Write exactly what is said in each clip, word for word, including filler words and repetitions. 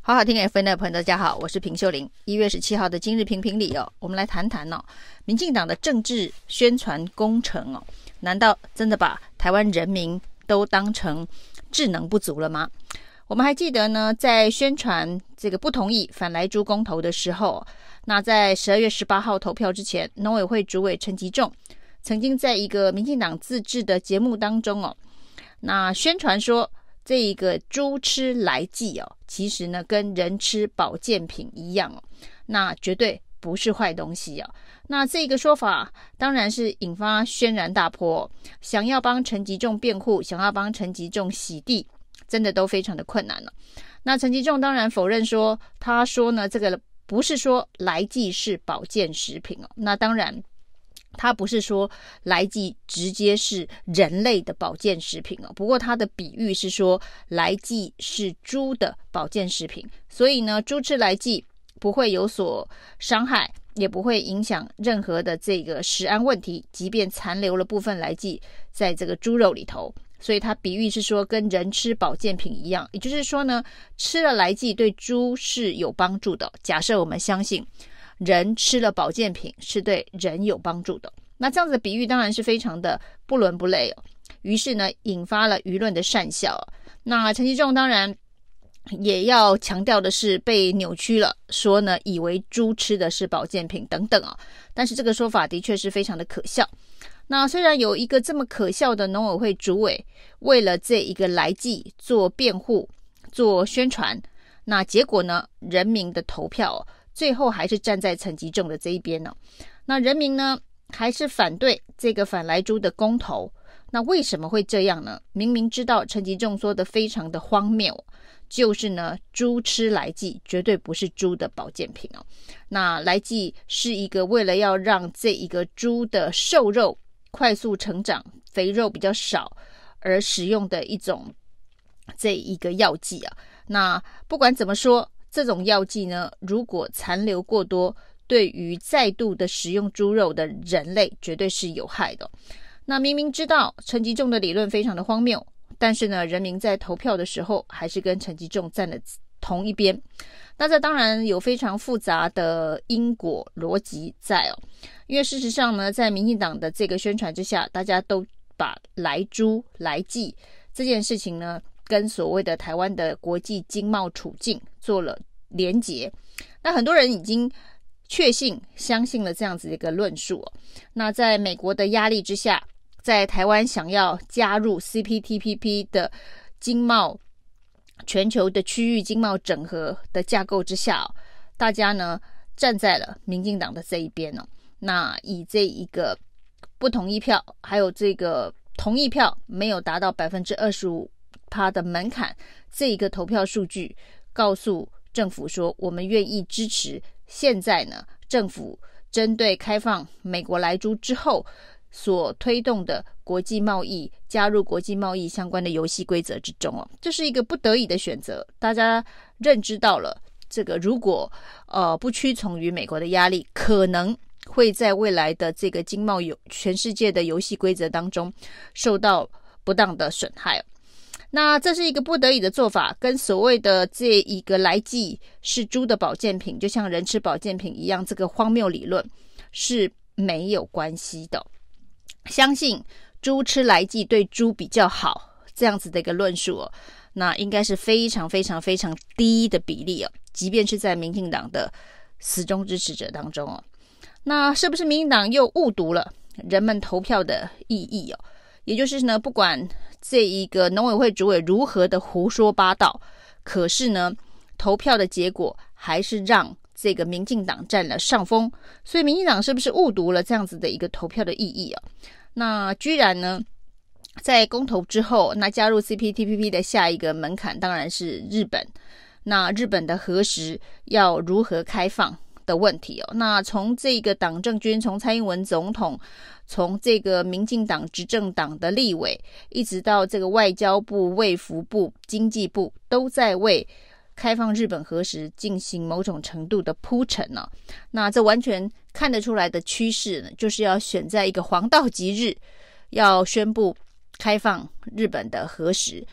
好好听 F M 的朋友大家好，我是平秀玲。一月十七号的今日评评理哦，我们来谈谈哦，民进党的政治宣传工程哦，难道真的把台湾人民都当成智能不足了吗？我们还记得呢，在宣传这个不同意反莱猪公投的时候，那在十二月十八号投票之前，农委会主委陈吉仲曾经在一个民进党自制的节目当中哦，那宣传说这一个猪吃来剂哦，其实呢跟人吃保健品一样哦，那绝对不是坏东西哦。那这个说法当然是引发轩然大波哦，想要帮陈吉仲辩护，想要帮陈吉仲洗地，真的都非常的困难了。那陈吉仲当然否认说，他说呢这个不是说来剂是保健食品哦，那当然他不是说来剂直接是人类的保健食品哦，不过他的比喻是说来剂是猪的保健食品，所以呢，猪吃来剂不会有所伤害，也不会影响任何的这个食安问题，即便残留了部分来剂在这个猪肉里头，所以他比喻是说跟人吃保健品一样，也就是说呢，吃了来剂对猪是有帮助的。假设我们相信人吃了保健品是对人有帮助的，那这样子的比喻当然是非常的不伦不类哦。于是呢，引发了舆论的讪笑。那陈吉仲当然也要强调的是被扭曲了，说呢以为猪吃的是保健品等等啊。但是这个说法的确是非常的可笑。那虽然有一个这么可笑的农委会主委为了这一个来剂做辩护、做宣传，那结果呢，人民的投票哦，最后还是站在陈吉仲的这一边呢。那人民呢，还是反对这个反莱猪的公投。那为什么会这样呢？明明知道陈吉仲说的非常的荒谬，就是呢，猪吃来剂绝对不是猪的保健品哦。那来剂是一个为了要让这一个猪的瘦肉快速成长、肥肉比较少而使用的一种这一个药剂啊。那不管怎么说，这种药剂呢，如果残留过多，对于再度的食用猪肉的人类绝对是有害的。那明明知道陈吉仲的理论非常的荒谬，但是呢，人民在投票的时候还是跟陈吉仲站了同一边。那这当然有非常复杂的因果逻辑在哦，因为事实上呢，在民进党的这个宣传之下，大家都把来猪来剂这件事情呢，跟所谓的台湾的国际经贸处境做了连结。那很多人已经确信相信了这样子的一个论述哦。那在美国的压力之下，在台湾想要加入 C P T P P 的经贸全球的区域经贸整合的架构之下哦，大家呢站在了民进党的这一边哦。那以这一个不同意票还有这个同意票没有达到 百分之二十五 的门槛，这一个投票数据告诉政府说，我们愿意支持现在呢政府针对开放美国来猪之后所推动的国际贸易，加入国际贸易相关的游戏规则之中哦，这是一个不得已的选择。大家认知到了这个，如果呃不屈从于美国的压力，可能会在未来的这个经贸游全世界的游戏规则当中受到不当的损害哦。那这是一个不得已的做法，跟所谓的这一个来剂是猪的保健品，就像人吃保健品一样，这个荒谬理论是没有关系的。相信猪吃来剂对猪比较好，这样子的一个论述哦，那应该是非常非常非常低的比例哦，即便是在民进党的死忠支持者当中哦。那是不是民进党又误读了人们投票的意义哦？也就是呢，不管这一个农委会主委如何的胡说八道，可是呢，投票的结果还是让这个民进党占了上风。所以民进党是不是误读了这样子的一个投票的意义啊？那居然呢，在公投之后，那加入 C P T P P 的下一个门槛当然是日本。那日本的核食要如何开放的问题哦。那从这个党政军，从蔡英文总统，从这个民进党执政党的立委，一直到这个外交部、卫福部、经济部，都在为开放日本核食进行某种程度的铺陈呢、啊。那这完全看得出来的趋势呢，就是要选在一个黄道吉日，要宣布开放日本的核食。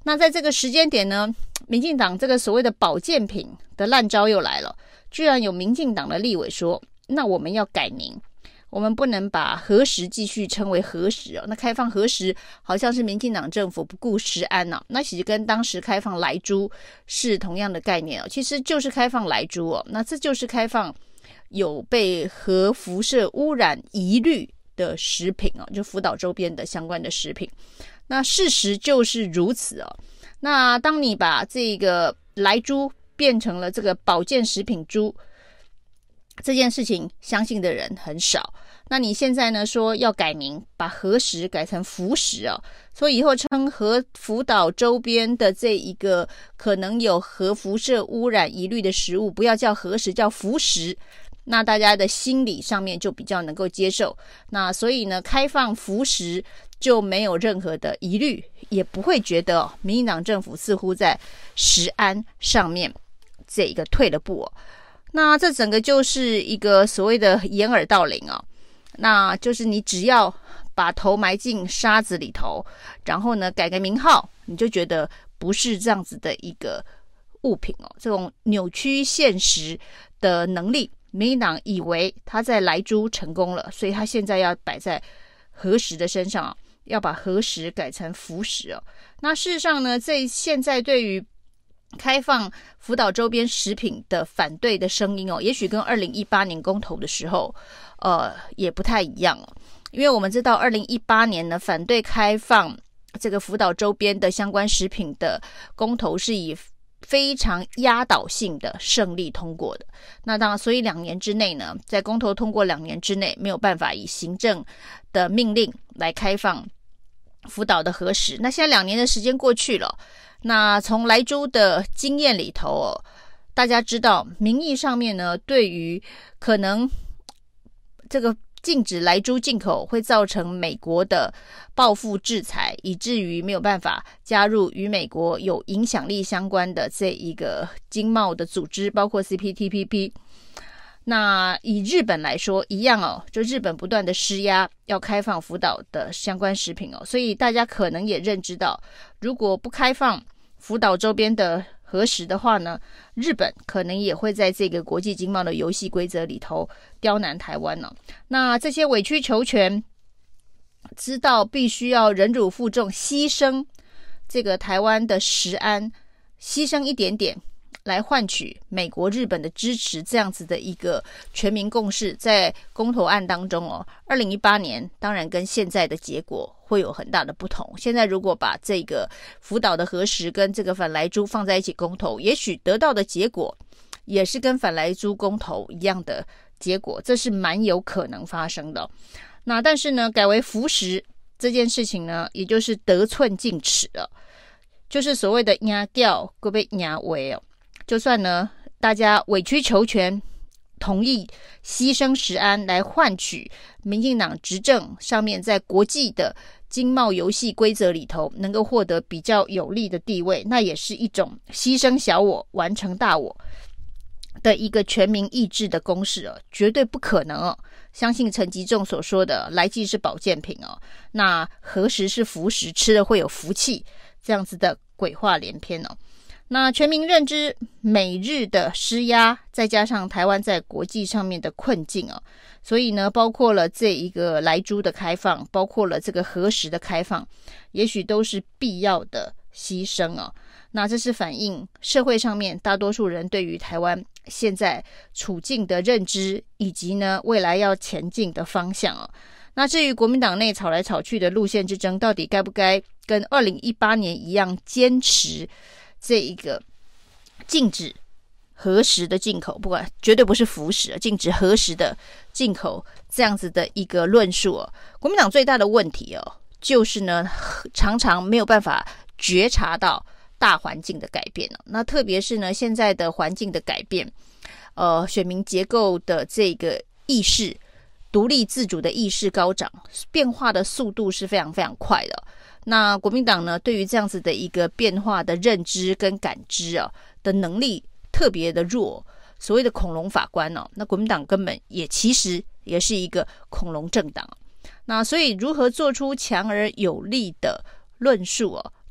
那在这个时间点呢，民进党这个所谓的保健品的烂招又来了，居然有民进党的立委说，那我们要改名，我们不能把核食继续称为核食哦。那开放核食好像是民进党政府不顾食安哦，那其实跟当时开放莱猪是同样的概念哦，其实就是开放莱猪哦，那这就是开放有被核辐射污染疑虑的食品哦，就福岛周边的相关的食品。那事实就是如此哦。那当你把这个莱猪变成了这个保健食品猪，这件事情相信的人很少。那你现在呢说要改名，把核食改成福食哦，所以以后称核福岛周边的这一个可能有核辐射污染疑虑的食物，不要叫核食，叫福食，那大家的心理上面就比较能够接受。那所以呢，开放福食就没有任何的疑虑，也不会觉得、哦、民进党政府似乎在食安上面这一个退了步哦。那这整个就是一个所谓的掩耳盗铃哦，那就是你只要把头埋进沙子里头，然后呢改个名号，你就觉得不是这样子的一个物品哦。这种扭曲现实的能力，民进党以为他在莱猪成功了，所以他现在要摆在核食的身上、哦、要把核食改成福食哦。那事实上呢，这现在对于开放福岛周边食品的反对的声音哦，也许跟二零一八年公投的时候呃也不太一样哦。因为我们知道二零一八年呢，反对开放这个福岛周边的相关食品的公投是以非常压倒性的胜利通过的。那当然，所以两年之内呢，在公投通过两年之内没有办法以行政的命令来开放福岛的核食。那现在两年的时间过去了，那从莱猪的经验里头哦，大家知道民意上面呢，对于可能这个禁止莱猪进口会造成美国的报复制裁，以至于没有办法加入与美国有影响力相关的这一个经贸的组织，包括 C P T P P。 那以日本来说一样哦，就日本不断的施压要开放福岛的相关食品哦，所以大家可能也认知到，如果不开放福岛周边的核食的话呢，日本可能也会在这个国际经贸的游戏规则里头刁难台湾哦。那这些委曲求全，知道必须要忍辱负重，牺牲这个台湾的食安，牺牲一点点来换取美国日本的支持，这样子的一个全民共识，在公投案当中哦，二零一八年当然跟现在的结果会有很大的不同。现在如果把这个福岛的核食跟这个反莱猪放在一起公投，也许得到的结果也是跟反莱猪公投一样的结果，这是蛮有可能发生的。那但是呢，改为福食这件事情呢，也就是得寸进尺了，就是所谓的压掉会被压为哦。就算呢大家委曲求全，同意牺牲食安来换取民进党执政上面在国际的经贸游戏规则里头能够获得比较有利的地位，那也是一种牺牲小我完成大我的一个全民意志的公式哦，绝对不可能哦。相信陈吉仲所说的莱剂是保健品哦，那核食是福食，吃了会有福气，这样子的鬼话连篇哦。那全民认知美日的施压，再加上台湾在国际上面的困境哦，所以呢，包括了这一个莱猪的开放，包括了这个核食的开放，也许都是必要的牺牲哦。那这是反映社会上面大多数人对于台湾现在处境的认知，以及呢未来要前进的方向哦。那至于国民党内吵来吵去的路线之争，到底该不该跟二零一八年一样坚持这一个禁止核食的进口，不管绝对不是福食，禁止核食的进口这样子的一个论述哦，国民党最大的问题哦，就是呢常常没有办法觉察到大环境的改变哦。那特别是呢现在的环境的改变，呃，选民结构的这个意识，独立自主的意识高涨，变化的速度是非常非常快的。那国民党呢，对于这样子的一个变化的认知跟感知啊的能力特别的弱，所谓的恐龙法官哦，那国民党根本也其实也是一个恐龙政党。那所以如何做出强而有力的论述哦，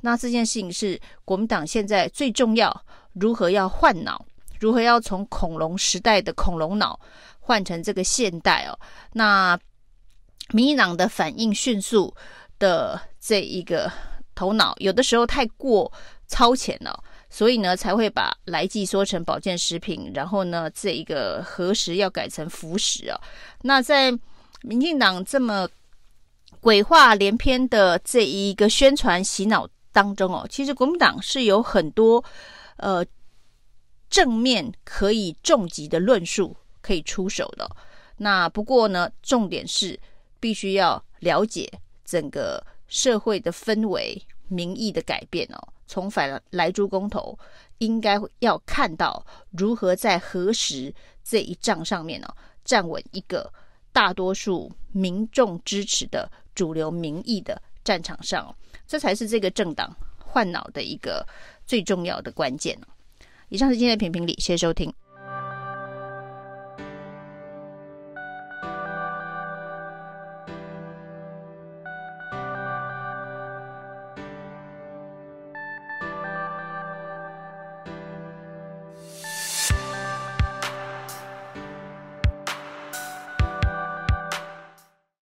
那这件事情是国民党现在最重要，如何要换脑，如何要从恐龙时代的恐龙脑换成这个现代哦。那民进党的反应迅速的这一个头脑，有的时候太过超前了，所以呢才会把来剂说成保健食品，然后呢这一个核食要改成福食哦。那在民进党这么鬼话连篇的这一个宣传洗脑当中哦，其实国民党是有很多呃正面可以重击的论述可以出手的哦。那不过呢，重点是必须要了解整个社会的氛围、民意的改变哦。从反莱猪公投，应该要看到如何在核食这一仗上面哦，站稳一个大多数民众支持的主流民意的战场上哦，这才是这个政党换脑的一个最重要的关键哦。以上是今天的评评理，谢谢收听。